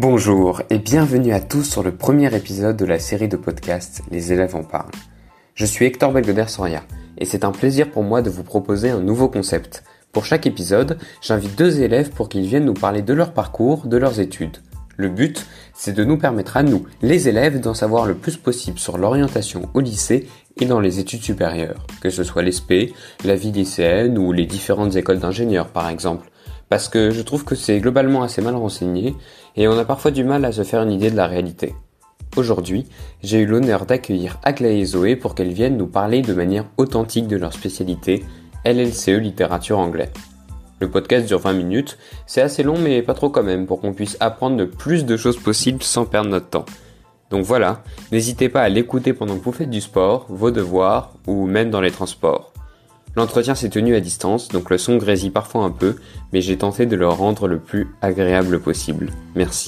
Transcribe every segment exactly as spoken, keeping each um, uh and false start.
Bonjour et bienvenue à tous sur le premier épisode de la série de podcasts Les élèves en parlent. Je suis Hector Belgoder-Soria et c'est un plaisir pour moi de vous proposer un nouveau concept. Pour chaque épisode, j'invite deux élèves pour qu'ils viennent nous parler de leur parcours, de leurs études. Le but, c'est de nous permettre à nous, les élèves, d'en savoir le plus possible sur l'orientation au lycée et dans les études supérieures, que ce soit l'E S P, la vie lycéenne ou les différentes écoles d'ingénieurs par exemple. Parce que je trouve que c'est globalement assez mal renseigné et on a parfois du mal à se faire une idée de la réalité. Aujourd'hui, j'ai eu l'honneur d'accueillir Aglaé et Zoé pour qu'elles viennent nous parler de manière authentique de leur spécialité, L L C E littérature anglais. Le podcast dure vingt minutes, c'est assez long mais pas trop quand même pour qu'on puisse apprendre le plus de choses possibles sans perdre notre temps. Donc voilà, n'hésitez pas à l'écouter pendant que vous faites du sport, vos devoirs ou même dans les transports. L'entretien s'est tenu à distance, donc le son grésille parfois un peu, mais j'ai tenté de le rendre le plus agréable possible. Merci.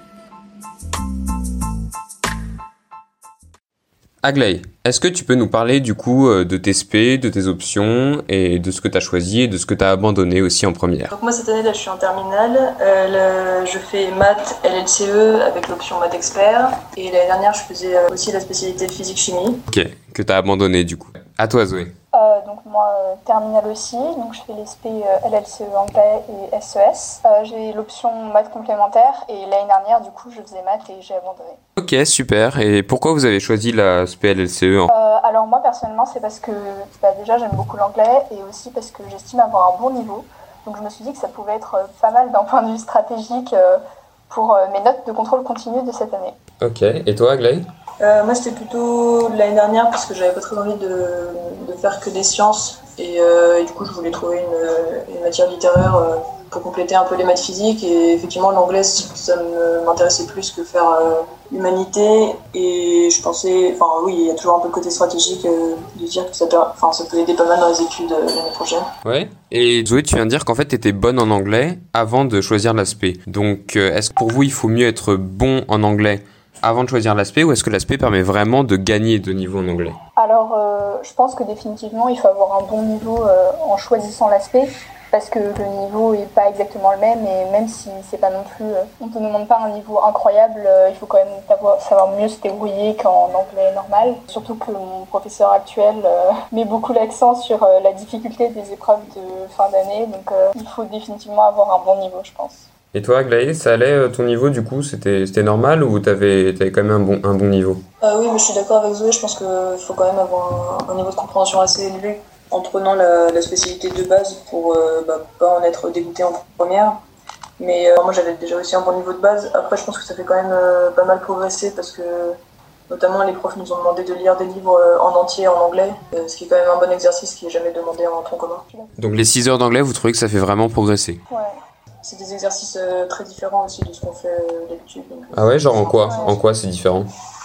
Aglaé, est-ce que tu peux nous parler du coup de tes S P, de tes options et de ce que tu as choisi et de ce que tu as abandonné aussi en première? Donc moi cette année là je suis en terminale, euh, le, je fais maths L L C E avec l'option maths expert et l'année dernière je faisais aussi la spécialité physique-chimie. Ok, que tu as abandonné du coup. À toi Zoé. Euh, donc moi, euh, terminale aussi, donc je fais les S P euh, L L C E anglais et S E S. Euh, j'ai l'option maths complémentaire et l'année dernière, du coup, je faisais maths et j'ai abandonné. Ok, super. Et pourquoi vous avez choisi la S P L L C E en... euh, Alors moi, personnellement, c'est parce que bah, déjà, j'aime beaucoup l'anglais et aussi parce que j'estime avoir un bon niveau. Donc je me suis dit que ça pouvait être pas mal d'un point de vue stratégique euh, pour euh, mes notes de contrôle continu de cette année. Ok, et toi Aglaé? Euh, moi c'était plutôt l'année dernière parce que j'avais pas très envie de, de faire que des sciences et, euh, et du coup je voulais trouver une, une matière littéraire euh, pour compléter un peu les maths physiques et effectivement l'anglais ça m'intéressait plus que faire euh, humanité et je pensais, enfin oui il y a toujours un peu le côté stratégique euh, de dire que ça peut, enfin, ça peut aider pas mal dans les études euh, l'année prochaine. Ouais, et Zoé tu viens de dire qu'en fait t'étais bonne en anglais avant de choisir l'A S P. Donc euh, est-ce que pour vous il faut mieux être bon en anglais avant de choisir l'A S P ou est-ce que l'A S P permet vraiment de gagner de niveau en anglais? Alors, euh, je pense que définitivement, il faut avoir un bon niveau euh, en choisissant l'A S P parce que le niveau est pas exactement le même et même si c'est pas non plus, euh, on te demande pas un niveau incroyable, euh, il faut quand même savoir, savoir mieux se débrouiller qu'en anglais normal. Surtout que mon professeur actuel euh, met beaucoup l'accent sur euh, la difficulté des épreuves de fin d'année, donc euh, il faut définitivement avoir un bon niveau, je pense. Et toi, Aglaé, ça allait ton niveau du coup? C'était, c'était normal ou t'avais, t'avais quand même un bon, un bon niveau? euh, Oui, mais je suis d'accord avec Zoé, je pense qu'il faut quand même avoir un, un niveau de compréhension assez élevé en prenant la, la spécialité de base pour euh, bah, pas en être dégoûté en première. Mais euh, moi j'avais déjà aussi un bon niveau de base. Après, je pense que ça fait quand même euh, pas mal progresser parce que notamment les profs nous ont demandé de lire des livres euh, en entier en anglais, euh, ce qui est quand même un bon exercice qui n'est jamais demandé en tronc commun. Donc les six heures d'anglais, vous trouvez que ça fait vraiment progresser? Ouais. C'est des exercices euh, très différents aussi de ce qu'on fait euh, d'habitude. Donc, ah ouais, genre en quoi? Ouais. En quoi c'est différent?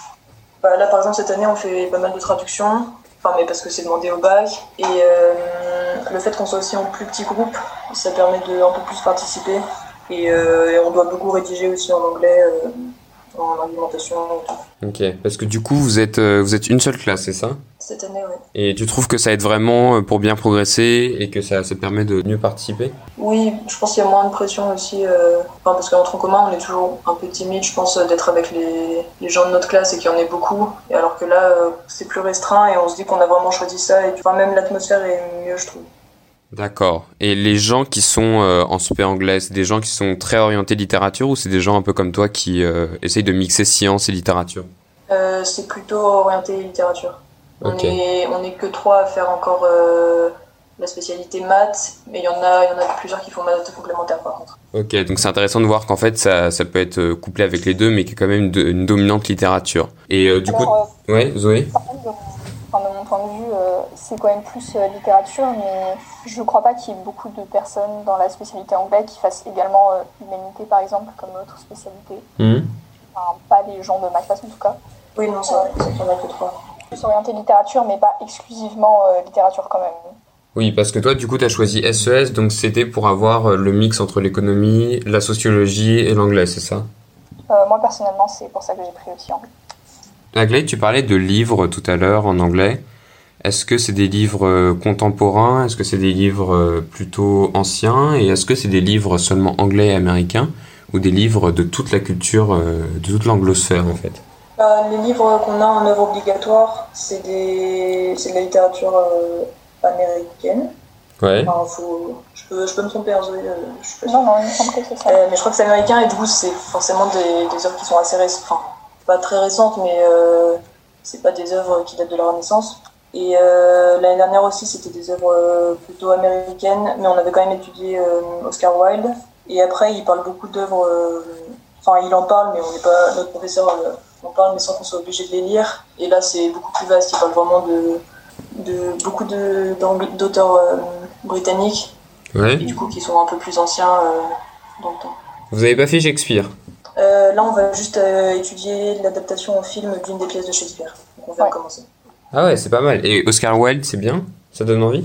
Bah, là par exemple cette année on fait pas mal de traductions, enfin mais parce que c'est demandé au bac, et euh, le fait qu'on soit aussi en plus petit groupe, ça permet de un peu plus participer, et, euh, et on doit beaucoup rédiger aussi en anglais, euh, en argumentation et tout. Ok, parce que du coup vous êtes, euh, vous êtes une seule classe, c'est ça? Cette année, oui. Et tu trouves que ça aide vraiment pour bien progresser et que ça, ça permet de mieux participer? Oui, je pense qu'il y a moins de pression aussi, euh, enfin, parce qu'en tronc commun on est toujours un peu timide, je pense, d'être avec les, les gens de notre classe et qu'il y en ait beaucoup, et alors que là euh, c'est plus restreint et on se dit qu'on a vraiment choisi ça, et enfin, même l'atmosphère est mieux je trouve. D'accord. Et les gens qui sont euh, en super anglais, c'est des gens qui sont très orientés littérature ou c'est des gens un peu comme toi qui euh, essayent de mixer science et littérature? euh, C'est plutôt orienté littérature. On Ok. est, on est que trois à faire encore euh, la spécialité maths, mais il y en a, il y en a plusieurs qui font maths complémentaire par contre. Ok, donc c'est intéressant de voir qu'en fait ça, ça peut être couplé avec les deux, mais qu'il y a quand même une, une dominante littérature. Et euh, du Alors, coup, euh, ouais, Zoé? Par contre, de, enfin, de mon point de vue, euh, c'est quand même plus euh, littérature, mais je ne crois pas qu'il y ait beaucoup de personnes dans la spécialité anglais qui fassent également euh, humanité, par exemple, comme autre spécialité. Mmh. Enfin, pas les gens de ma classe, en tout cas. Oui, non, c'est vrai, il n'y en a que trois. Plus orienté littérature, mais pas exclusivement euh, littérature quand même. Oui, parce que toi, du coup, tu as choisi S E S, donc c'était pour avoir le mix entre l'économie, la sociologie et l'anglais, c'est ça? Euh, moi, personnellement, c'est pour ça que j'ai pris aussi anglais. Aglaé, tu parlais de livres tout à l'heure en anglais. Est-ce que c'est des livres contemporains? Est-ce que c'est des livres plutôt anciens? Et est-ce que c'est des livres seulement anglais et américains? ou des livres de toute la culture, euh, de toute l'anglosphère en fait? Bah, les livres qu'on a en œuvre obligatoire, c'est, des... c'est de la littérature euh, américaine. Ouais. Enfin, faut... je, peux, je peux me tromper, hein, Zoé, euh, je suis pas sûre. Non, non, il me semble que c'est ça. Euh, mais je crois que c'est américain et du coup c'est forcément des, des œuvres qui sont assez récentes, enfin pas très récentes, mais euh, c'est pas des œuvres qui datent de la Renaissance. Et euh, l'année dernière aussi c'était des œuvres euh, plutôt américaines, mais on avait quand même étudié euh, Oscar Wilde. Et après il parle beaucoup d'œuvres, euh, enfin il en parle, mais on n'est pas, notre professeur euh, en parle, mais sans qu'on soit obligé de les lire. Et là c'est beaucoup plus vaste, il parle vraiment de, de beaucoup de, d'auteurs euh, britanniques. Ouais. Et du coup qui sont un peu plus anciens euh, dans le temps. Vous avez pas fait Shakespeare? euh, Là on va juste euh, étudier l'adaptation au film d'une des pièces de Shakespeare. Donc on vient Ouais. de commencer. Ah ouais, c'est pas mal. Et Oscar Wilde, c'est bien? Ça donne envie?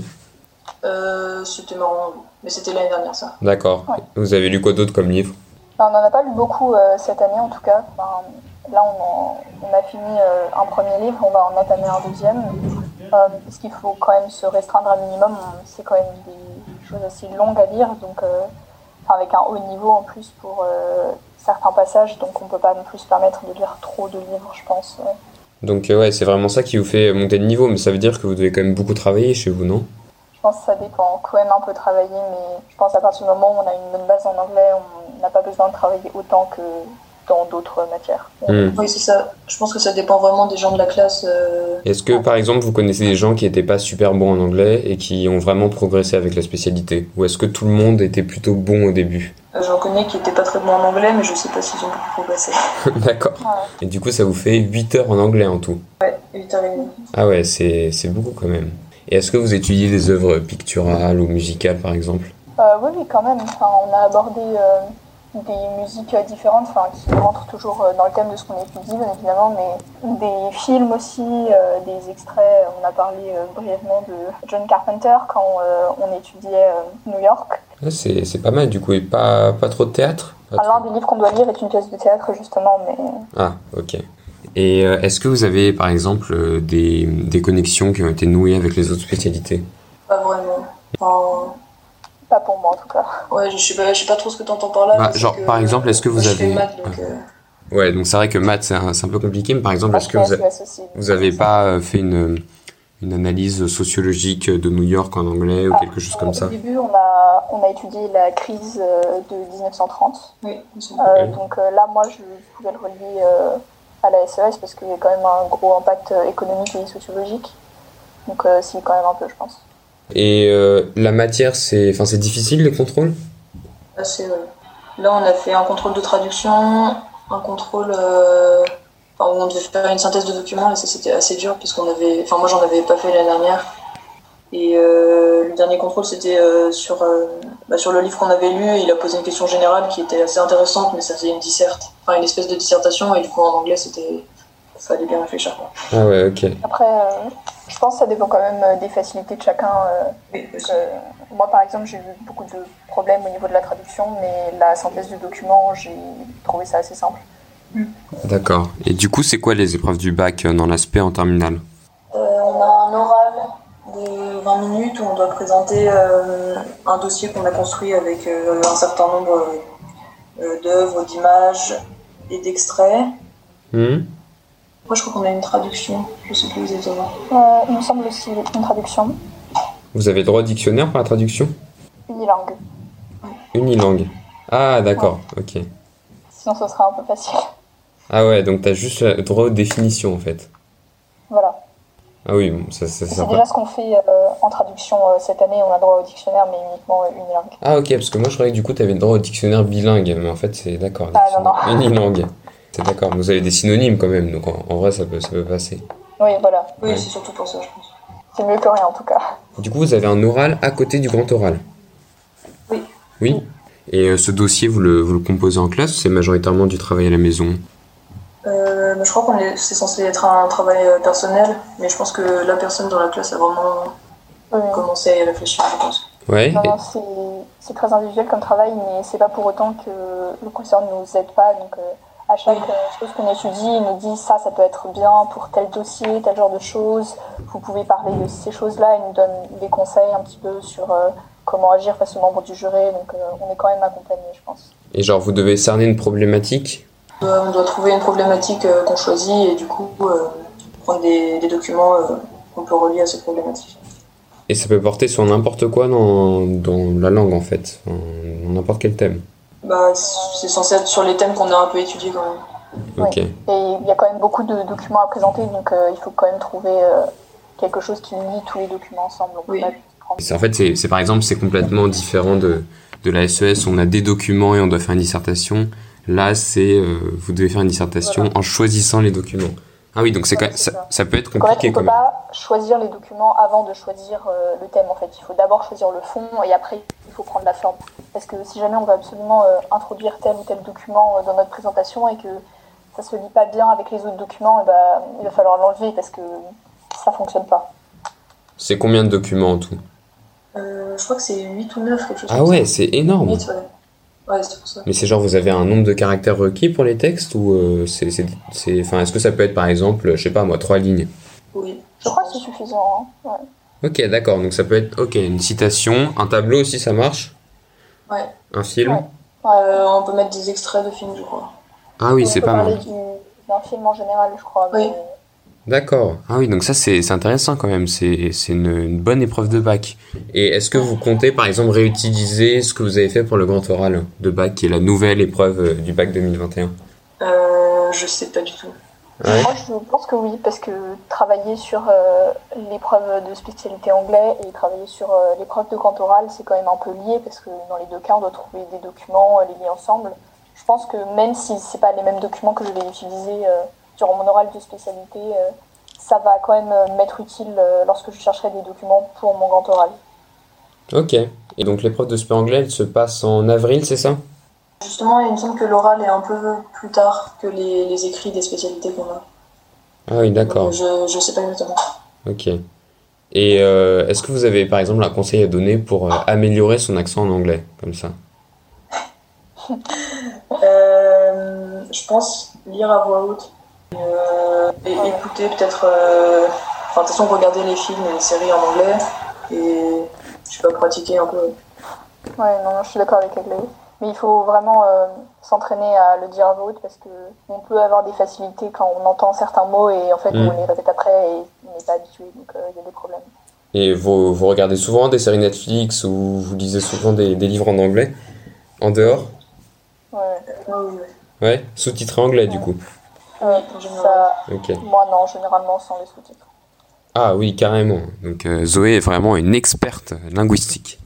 Euh, c'était marrant, mais c'était l'année dernière ça. D'accord. Ouais. Vous avez lu quoi d'autre comme livre? Enfin, on n'en a pas lu beaucoup euh, cette année en tout cas. Enfin, là on, en, on a fini euh, un premier livre, on va en entamer un deuxième. Euh, parce qu'il faut quand même se restreindre un minimum, c'est quand même des choses assez longues à lire, donc euh, avec un haut niveau en plus pour euh, certains passages, donc on peut pas non plus se permettre de lire trop de livres, je pense. Ouais. Donc euh, ouais, c'est vraiment ça qui vous fait monter de niveau, mais ça veut dire que vous devez quand même beaucoup travailler chez vous, non? Je pense que ça dépend, quand même un peu travailler, mais je pense à partir du moment où on a une bonne base en anglais, on n'a pas besoin de travailler autant que dans d'autres matières. Hmm. Oui c'est ça, je pense que ça dépend vraiment des gens de la classe. Euh... Est-ce que par exemple vous connaissez des gens qui étaient pas super bons en anglais et qui ont vraiment progressé avec la spécialité? Ou est-ce que tout le monde était plutôt bon au début? Euh, J'en connais qui étaient pas très bons en anglais, mais je sais pas s'ils ont beaucoup progressé. D'accord. Ouais. Et du coup ça vous fait huit heures en anglais en tout? Ouais, huit heures trente. Ah ouais, c'est, c'est beaucoup quand même. Et est-ce que vous étudiez des œuvres picturales ou musicales par exemple? Euh, oui, oui, quand même. Enfin, on a abordé euh, des musiques euh, différentes, enfin, qui rentrent toujours euh, dans le thème de ce qu'on étudie, bien évidemment, mais des films aussi, euh, des extraits. On a parlé euh, brièvement de John Carpenter quand euh, on étudiait euh, New York. Ah, c'est, c'est pas mal du coup, et pas, pas trop de théâtre? Pas L'un trop. des livres qu'on doit lire est une pièce de théâtre, justement, mais Ah, ok. Et euh, est-ce que vous avez par exemple euh, des, des connexions qui ont été nouées avec les autres spécialités? Pas vraiment. Enfin, pas pour moi en tout cas. ouais, je sais pas, je sais pas trop ce que t'entends par là. Bah, mais c'est genre, que, par exemple, est-ce que vous moi, avez- Je fais maths, donc, euh, Ouais, donc c'est vrai que maths c'est un, c'est un peu compliqué, mais par exemple, est-ce que Moi, vous, je suis a- associée. vous avez pas euh, fait une, une analyse sociologique de New York en anglais ou Ah, quelque chose comme Au ça? début, on a, on a étudié la crise euh, de dix-neuf cent trente. oui, ils sont- Euh, Ok. donc euh, là, moi, je pouvais le relier euh, à la S E S parce qu'il y a quand même un gros impact euh, économique et sociologique. Donc euh, si, quand même un peu, je pense. Et euh, la matière, c'est, enfin, c'est difficile les contrôles? assez, ouais. Là, on a fait un contrôle de traduction, un contrôle euh, enfin, où on devait faire une synthèse de documents, et ça, c'était assez dur, puisqu'on avait... Enfin, moi, j'en avais pas fait l'année dernière. Et euh, le dernier contrôle, c'était euh, sur, euh, bah, sur le livre qu'on avait lu. Il a posé une question générale qui était assez intéressante, mais ça faisait une disserte, enfin une espèce de dissertation, et du coup, en anglais, c'était... fallait bien réfléchir, quoi. Ah ouais, ok. Après, euh, je pense que ça dépend quand même euh, des facilités de chacun. euh, Oui, donc, euh, moi, par exemple, j'ai eu beaucoup de problèmes au niveau de la traduction, mais la synthèse du document, j'ai trouvé ça assez simple. D'accord. Et du coup, c'est quoi les épreuves du bac euh, dans l'aspect en terminale? Euh, on a un oral de vingt minutes où on doit présenter euh, un dossier qu'on a construit avec euh, un certain nombre euh, d'œuvres, d'images et d'extraits. Hmm. Moi, je crois qu'on a une traduction, je sais plus exactement. Euh, il me semble aussi une traduction Vous avez le droit au dictionnaire pour la traduction? unilingue. Unilingue. Ah, d'accord, ok. Sinon, ce sera un peu facile. Ah ouais, donc t'as juste le droit aux définitions en fait. Voilà. Ah oui, bon, ça, ça, ça C'est sert déjà pas. ce qu'on fait euh, en traduction euh, cette année. On a droit au dictionnaire, mais uniquement euh, unilingue. Ah ok, parce que moi je croyais que du coup t'avais le droit au dictionnaire bilingue, mais en fait c'est d'accord. Ah, non, non. Unilingue. C'est d'accord, vous avez des synonymes quand même, donc en, en vrai ça peut, ça peut passer. Oui, voilà. Oui, Ouais. c'est surtout pour ça, je pense. C'est mieux que rien, en tout cas. Du coup vous avez un oral à côté du grand oral. Oui. Oui. Et euh, ce dossier vous le, vous le composez en classe ou c'est majoritairement du travail à la maison? Euh, mais je crois qu'on est, c'est censé être un travail euh, personnel, mais je pense que la personne dans la classe a vraiment Oui. commencé à y réfléchir, je pense. Ouais. Non, non, c'est, c'est très individuel comme travail, mais c'est pas pour autant que le professeur ne nous aide pas. Donc, euh, à chaque Oui. euh, chose qu'on étudie, il nous dit ça, ça peut être bien pour tel dossier, tel genre de choses. Vous pouvez parler de ces choses-là. Il nous donne des conseils un petit peu sur euh, comment agir face aux membres du jury, donc euh, on est quand même accompagné, je pense. Et genre, vous devez cerner une problématique ? Euh, on doit trouver une problématique euh, qu'on choisit et du coup euh, prendre des, des documents euh, qu'on peut relier à cette problématique. Et ça peut porter sur n'importe quoi dans, dans la langue en fait, dans n'importe quel thème. Bah, c'est censé être sur les thèmes qu'on a un peu étudiés quand même. Ok. Oui. Et il y a quand même beaucoup de documents à présenter, donc euh, il faut quand même trouver euh, quelque chose qui lie tous les documents ensemble. On oui. peut pas prendre... C'est, en fait, c'est, c'est par exemple, c'est complètement différent de, de la S E S. On a des documents et on doit faire une dissertation. Là, c'est euh, vous devez faire une dissertation voilà. en choisissant les documents. Ah oui, donc c'est ouais, quand, c'est ça, ça. ça peut être En compliqué fait, on quand peut même. pas choisir les documents avant de choisir euh, le thème. En fait, il faut d'abord choisir le fond et après il faut prendre la forme. Parce que si jamais on veut absolument euh, introduire tel ou tel document euh, dans notre présentation et que ça se lie pas bien avec les autres documents, et bah, il va falloir l'enlever parce que ça fonctionne pas. C'est combien de documents en tout ? euh, Je crois que c'est huit ou neuf, quelque chose Ah comme ouais, ça. c'est énorme. huit, ouais. Ouais, c'est pour ça. Mais c'est genre, vous avez un nombre de caractères requis pour les textes ou euh, c'est, c'est, c'est, enfin, est-ce que ça peut être par exemple, je sais pas moi, trois lignes ? Oui. Je crois que c'est suffisant. Hein. Ouais. Ok, d'accord, donc ça peut être, ok, une citation, un tableau aussi, ça marche ? Ouais. Un film ? Ouais. Euh, on peut mettre des extraits de films, je crois. Ah oui, on c'est peut pas parler mal. Du, d'un film en général, je crois. Oui. Mais... D'accord. Ah oui, donc ça c'est, c'est intéressant quand même, c'est, c'est une, une bonne épreuve de bac. Et est-ce que vous comptez par exemple réutiliser ce que vous avez fait pour le grand oral de bac, qui est la nouvelle épreuve du bac deux mille vingt et un ? euh, Je sais pas du tout. Ouais. Moi, je pense que oui, parce que travailler sur euh, l'épreuve de spécialité anglais et travailler sur euh, l'épreuve de grand oral, c'est quand même un peu lié, parce que dans les deux cas, on doit trouver des documents, euh, les lier ensemble. Je pense que même si c'est pas les mêmes documents que je vais utiliser euh, durant mon oral de spécialité, euh, ça va quand même euh, m'être utile euh, lorsque je chercherai des documents pour mon grand oral. Ok. Et donc l'épreuve de spé anglais, elle se passe en avril, c'est ça ? Justement, il me semble que l'oral est un peu plus tard que les, les écrits des spécialités qu'on a. Ah oui, d'accord. Donc, je, je sais pas exactement. Ok. Et euh, est-ce que vous avez par exemple un conseil à donner pour euh, améliorer son accent en anglais, comme ça ? euh, Je pense lire à voix haute. Euh, et ouais. Écouter peut-être... Euh, enfin, de toute façon, regarder les films et les séries en anglais. Et je sais pas, pratiquer un peu. Ouais, non, non, je suis d'accord avec Aglaé. Mais il faut vraiment euh, s'entraîner à le dire à voix haute parce qu'on peut avoir des facilités quand on entend certains mots et en fait mmh. on les répète après et on n'est pas habitué, donc il euh, y a des problèmes. Et vous, vous regardez souvent des séries Netflix ou vous lisez souvent des, des livres en anglais, en dehors ? Ouais. Oui, oui. Ouais, sous-titré anglais ouais. du coup. Euh, ça, okay. Moi non, généralement sans les sous-titres. Ah oui, carrément. Donc euh, Zoé est vraiment une experte linguistique.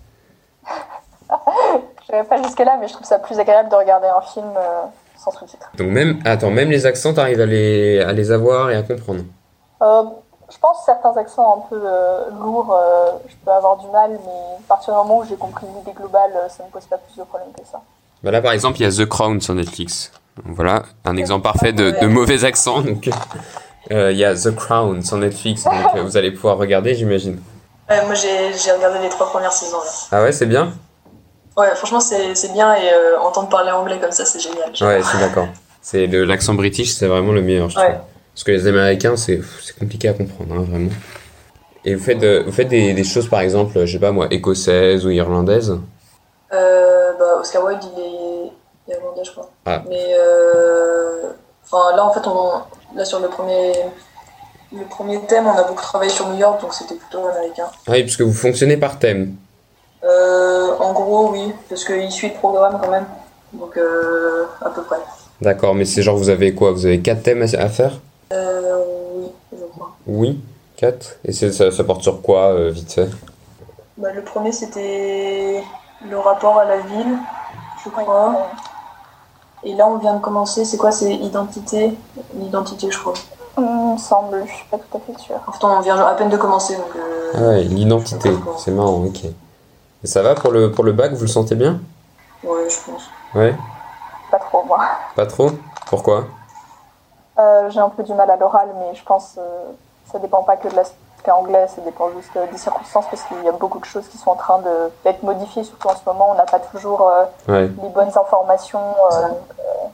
Je vais pas jusque-là, mais je trouve ça plus agréable de regarder un film euh, sans sous-titres. Donc même, attends, même les accents, t'arrives à les, à les avoir et à comprendre ? euh, Je pense que certains accents un peu euh, lourds, euh, je peux avoir du mal, mais à partir du moment où j'ai compris l'idée globale, ça me pose pas plus de problèmes que ça. Bah là, par exemple, il y a The Crown sur Netflix. Donc, voilà, un exemple parfait de, de mauvais accent. Donc, il euh, y a The Crown sur Netflix, donc euh, vous allez pouvoir regarder, j'imagine. Ouais, moi, j'ai, j'ai regardé les trois premières saisons. Là. Ah ouais, c'est bien ? Ouais, franchement, c'est, c'est bien et euh, entendre parler anglais comme ça, c'est génial. Ouais, je suis d'accord. C'est le, l'accent british, c'est vraiment le meilleur, je trouve. Ouais. Parce que les Américains, c'est, c'est compliqué à comprendre, hein, vraiment. Et vous faites, de, vous faites des, des choses, par exemple, je sais pas moi, écossaises ou irlandaises ? euh, bah, Oscar Wilde, il est irlandais, je crois. Ah. Mais euh, enfin, là, en fait, on, là, sur le premier, le premier thème, on a beaucoup travaillé sur New York, donc c'était plutôt américain. Ah oui, parce que vous fonctionnez par thème. Euh, en gros, oui, parce qu'il suit le programme quand même, donc euh, à peu près. D'accord, mais c'est genre vous avez quoi ? Vous avez quatre thèmes à faire ? Euh, oui, je crois. Oui, quatre. Et c'est, ça, ça porte sur quoi, euh, vite fait ? Bah, le premier, c'était le rapport à la ville, je crois. Et là, on vient de commencer, c'est quoi ? C'est identité ? L'identité, je crois. Il me semble, je suis pas tout à fait sûre. En fait, on vient à peine de commencer, donc... Euh, ah ouais, l'identité, c'est marrant, ok. Et ça va pour le, pour le bac, vous le sentez bien ? Ouais, je pense. Ouais ? Pas trop, moi. Pas trop ? Pourquoi ? euh, J'ai un peu du mal à l'oral, mais je pense que euh, ça dépend pas que de l'aspect anglais, ça dépend juste des circonstances, parce qu'il y a beaucoup de choses qui sont en train de, d'être modifiées, surtout en ce moment, on n'a pas toujours euh, ouais. les bonnes informations. Euh, euh,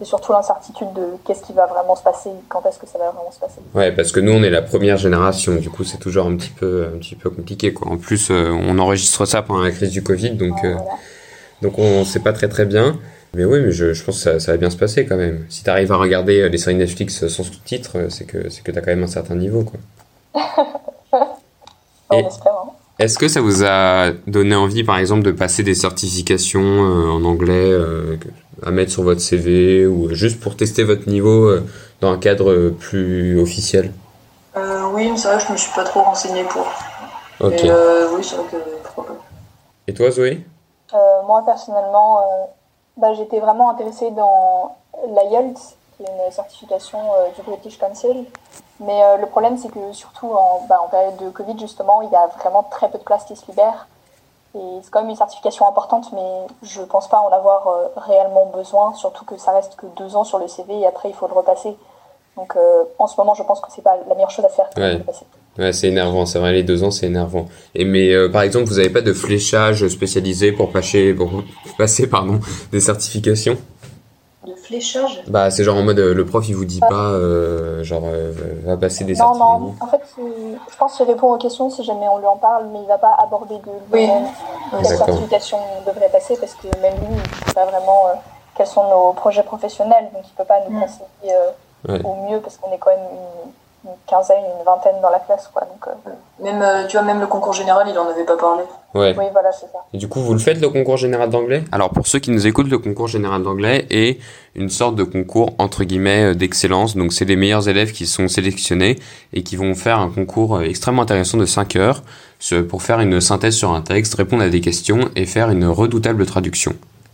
c'est surtout l'incertitude de qu'est-ce qui va vraiment se passer, quand est-ce que ça va vraiment se passer. Ouais, parce que nous, on est la première génération, du coup, c'est toujours un petit peu, un petit peu compliqué, quoi. En plus, euh, on enregistre ça pendant la crise du Covid, donc, Ouais, euh, voilà. donc on ne sait pas très très bien. Mais oui, mais je, je pense que ça, ça va bien se passer quand même. Si tu arrives à regarder les séries Netflix sans sous-titres, c'est que, c'est que tu as quand même un certain niveau, quoi. On Et espère. Hein. est-ce que ça vous a donné envie, par exemple, de passer des certifications euh, en anglais euh, à mettre sur votre C V ou juste pour tester votre niveau euh, dans un cadre euh, plus officiel? Euh, oui, mais c'est vrai que je me suis pas trop renseignée pour. Ok. Mais euh, oui, c'est vrai que pourquoi pas. Et toi, Zoé? Euh, moi, personnellement, euh, bah, j'étais vraiment intéressée dans l'I E L T S, qui est une certification euh, du British Council. Mais euh, le problème, c'est que surtout en, bah, en période de Covid, justement, il y a vraiment très peu de places qui se libèrent. Et c'est quand même une certification importante, mais je pense pas en avoir euh, réellement besoin, surtout que ça reste que deux ans sur le C V et après, il faut le repasser. Donc euh, en ce moment, je pense que c'est pas la meilleure chose à faire que Ouais. de le passer. Ouais, c'est énervant, c'est vrai, les deux ans, c'est énervant. Et mais euh, par exemple, vous avez pas de fléchage spécialisé pour passer, pour passer pardon, des certifications? De fléchage? Bah, c'est genre en mode, euh, le prof, il vous dit pas, euh, genre, euh, va passer des Non, certifications. non, en fait, il- je pense qu'il répond aux questions si jamais on lui en parle, mais il va pas aborder de Oui. lui-même Oui, quelle D'accord. certification on devrait passer, parce que même lui, il ne sait pas vraiment euh, quels sont nos projets professionnels, donc il peut pas nous Mm. conseiller euh, Ouais. au mieux, parce qu'on est quand même une, une quinzaine, une vingtaine dans la classe, quoi. Donc, euh, Même, euh, tu vois, même le concours général, il en avait pas parlé. Ouais. oui, voilà, c'est ça. Et du coup, vous le faites, le concours général d'anglais? Alors, pour ceux qui nous écoutent, le concours général d'anglais est une sorte de concours, entre guillemets, euh, d'excellence. Donc, c'est les meilleurs élèves qui sont sélectionnés et qui vont faire un concours euh, extrêmement intéressant de cinq heures ce- pour faire une synthèse sur un texte, répondre à des questions et faire une redoutable traduction.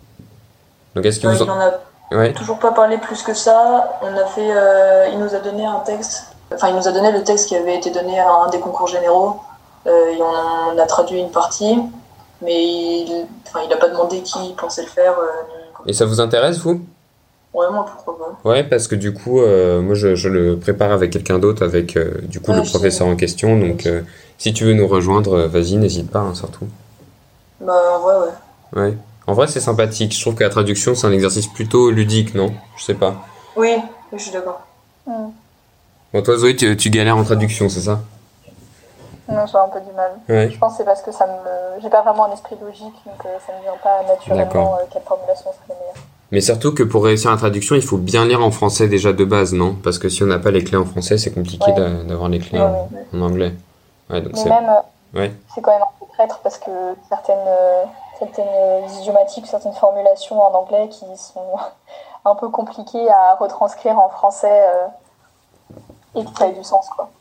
Donc, est-ce que Ouais, vous... il en a Ouais. toujours pas parlé plus que ça. On a fait, euh, il nous a donné un texte. Enfin, il nous a donné le texte qui avait été donné à un des concours généraux. Euh, et on, on a traduit une partie, mais il, enfin, il a pas demandé qui pensait le faire. Euh, Et ça vous intéresse, vous? vraiment, pourquoi pas. Ouais, parce que du coup, euh, moi, je, je le prépare avec quelqu'un d'autre, avec euh, du coup Ouais, le je professeur sais. en question. Donc, euh, si tu veux nous rejoindre, euh, vas-y, n'hésite pas, hein, surtout. Bah, en vrai, ouais. Ouais. En vrai, c'est sympathique. Je trouve que la traduction, c'est un exercice plutôt ludique, non? Je sais pas. Oui, oui, je suis d'accord. Mm. Bon, toi, Zoé, tu, tu galères en traduction, c'est ça? Non, j'ai un peu du mal. Ouais. Je pense que c'est parce que ça me, j'ai pas vraiment un esprit logique, donc euh, ça me vient pas D'accord. naturellement euh, quelle formulation serait la meilleure. Mais surtout que pour réussir la traduction, il faut bien lire en français déjà de base, non? Parce que si on n'a pas les clés en français, c'est compliqué Ouais. d'a- d'avoir les clés Ouais, en, ouais. en anglais. Ouais, donc Mais c'est... même, euh, Ouais. c'est quand même un peu traître parce que certaines, euh, certaines euh, idiomatiques, certaines formulations en anglais qui sont un peu compliquées à retranscrire en français euh, et qui aient du sens, quoi.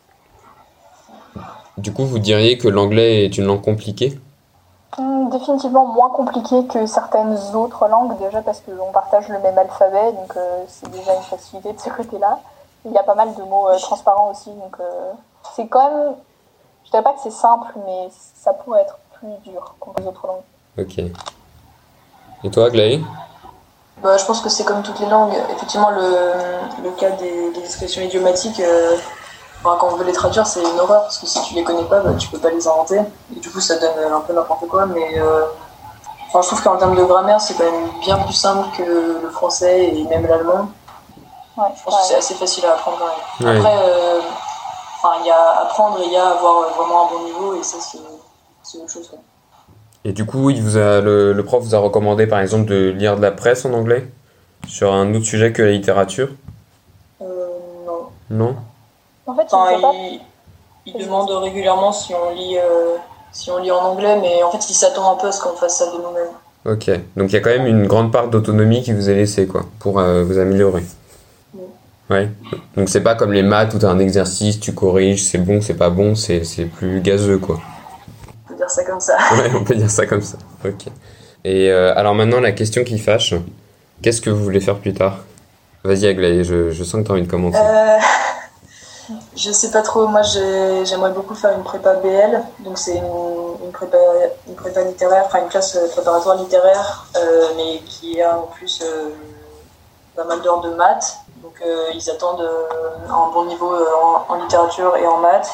Du coup, vous diriez que l'anglais est une langue compliquée? Hum, définitivement moins compliqué que certaines autres langues, déjà parce qu'on partage le même alphabet, donc euh, c'est déjà une facilité de ce côté-là. Il y a pas mal de mots euh, transparents aussi, donc euh, c'est quand même, je dirais pas que c'est simple, mais ça pourrait être plus dur que les autres langues. Ok. Et toi, Aglaé? Bah, je pense que c'est comme toutes les langues. Effectivement, le, le cas des, des expressions idiomatiques, euh, enfin, quand on veut les traduire, c'est une horreur parce que si tu les connais pas, bah, tu peux pas les inventer. Et du coup, ça donne un peu n'importe quoi. Mais euh, enfin, je trouve qu'en termes de grammaire, c'est quand même bien plus simple que le français et même l'allemand. Ouais, Je pense que c'est assez facile à apprendre. Ouais. Ouais. Après, euh, enfin, il y a apprendre et il y a avoir vraiment un bon niveau, et ça, c'est, c'est autre chose. Quoi. Et du coup, il vous a, le, le prof vous a recommandé, par exemple, de lire de la presse en anglais sur un autre sujet que la littérature? Euh, non. Non? En fait, Enfin, je sais pas. il, il demande régulièrement si on lit, euh, si on lit en anglais, mais en fait, il s'attend un peu à ce qu'on fasse ça de nous-mêmes. Ok. Donc il y a quand même une grande part d'autonomie qui vous est laissée, quoi, pour euh, vous améliorer. Oui. Ouais. Donc c'est pas comme les maths où t'as un exercice, tu corriges, c'est bon, c'est pas bon, c'est, c'est plus gazeux, quoi. On peut dire ça comme ça. Ouais, on peut dire ça comme ça. Ok. Et euh, alors maintenant, la question qui fâche, qu'est-ce que vous voulez faire plus tard? Vas-y, Aglaé, je, je sens que t'as envie de commencer. Euh, je sais pas trop. Moi, j'ai, j'aimerais beaucoup faire une prépa B L. Donc, c'est une, une, prépa, une prépa littéraire, enfin une classe préparatoire littéraire, euh, mais qui a en plus euh, pas mal d'heures de maths. Donc, euh, ils attendent euh, un bon niveau euh, en, en littérature et en maths.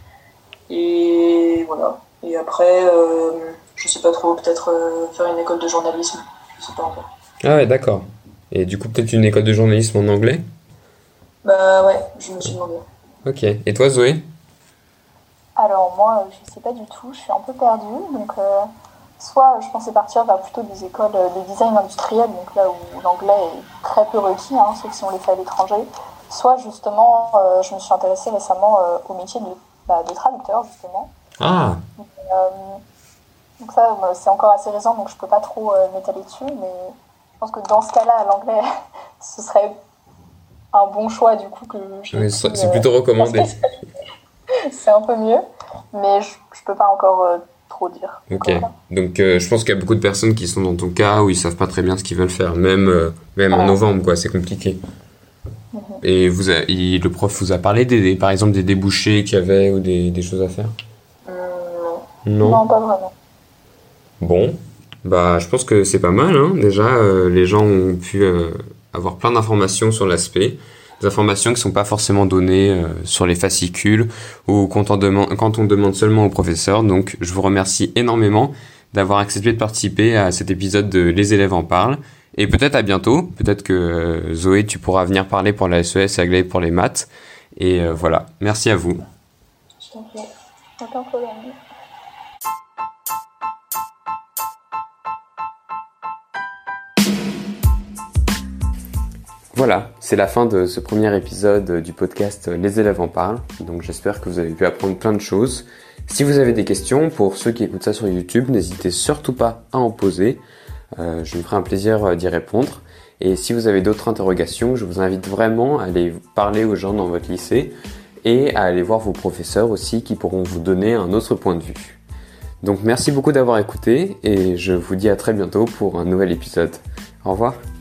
Et voilà. Et après, euh, je sais pas trop, peut-être euh, faire une école de journalisme. Je sais pas encore. Ah ouais, d'accord. Et du coup, peut-être une école de journalisme en anglais? Bah ouais, je me suis demandé. Ok. Et toi, Zoé? Alors moi, euh, je sais pas du tout, je suis un peu perdue. Donc, euh, soit je pensais partir vers plutôt des écoles de design industriel, donc là où l'anglais est très peu requis, hein, sauf si on les fait à l'étranger. Soit justement, euh, je me suis intéressée récemment euh, au métier de, bah, de traducteur, justement. Ah, Donc, euh, donc ça, bah, c'est encore assez récent, donc je peux pas trop euh, m'étaler dessus, mais je pense que dans ce cas-là, l'anglais, ce serait un bon choix du coup que j'ai oui, pris, c'est c'est euh, plutôt recommandé. c'est un peu mieux, mais je, je peux pas encore euh, trop dire. Ok. Donc, voilà. Donc, euh, je pense qu'il y a beaucoup de personnes qui sont dans ton cas où ils savent pas très bien ce qu'ils veulent faire, même euh, même en Ouais. novembre, quoi. C'est compliqué. Mhm. Et vous, a- il- le prof vous a parlé des, des- par exemple, des débouchés qu'il y avait ou des, des choses à faire? Hum, Non. non. Non, pas vraiment. Bon, bah, je pense que c'est pas mal, hein. Déjà, euh, les gens ont pu euh, avoir plein d'informations sur l'aspect, des informations qui sont pas forcément données euh, sur les fascicules ou quand on demande, quand on demande seulement au professeur. Donc, je vous remercie énormément d'avoir accepté de participer à cet épisode de Les élèves en parlent. Et peut-être à bientôt. Peut-être que euh, Zoé, tu pourras venir parler pour la S E S et Aglaé pour les maths. Et euh, voilà. Merci à vous. Je t'en prie. Aucun problème. Voilà, c'est la fin de ce premier épisode du podcast Les élèves en parlent. Donc j'espère que vous avez pu apprendre plein de choses. Si vous avez des questions, pour ceux qui écoutent ça sur YouTube, n'hésitez surtout pas à en poser. Euh, je me ferai un plaisir d'y répondre. Et si vous avez d'autres interrogations, je vous invite vraiment à aller parler aux gens dans votre lycée et à aller voir vos professeurs aussi qui pourront vous donner un autre point de vue. Donc merci beaucoup d'avoir écouté et je vous dis à très bientôt pour un nouvel épisode. Au revoir.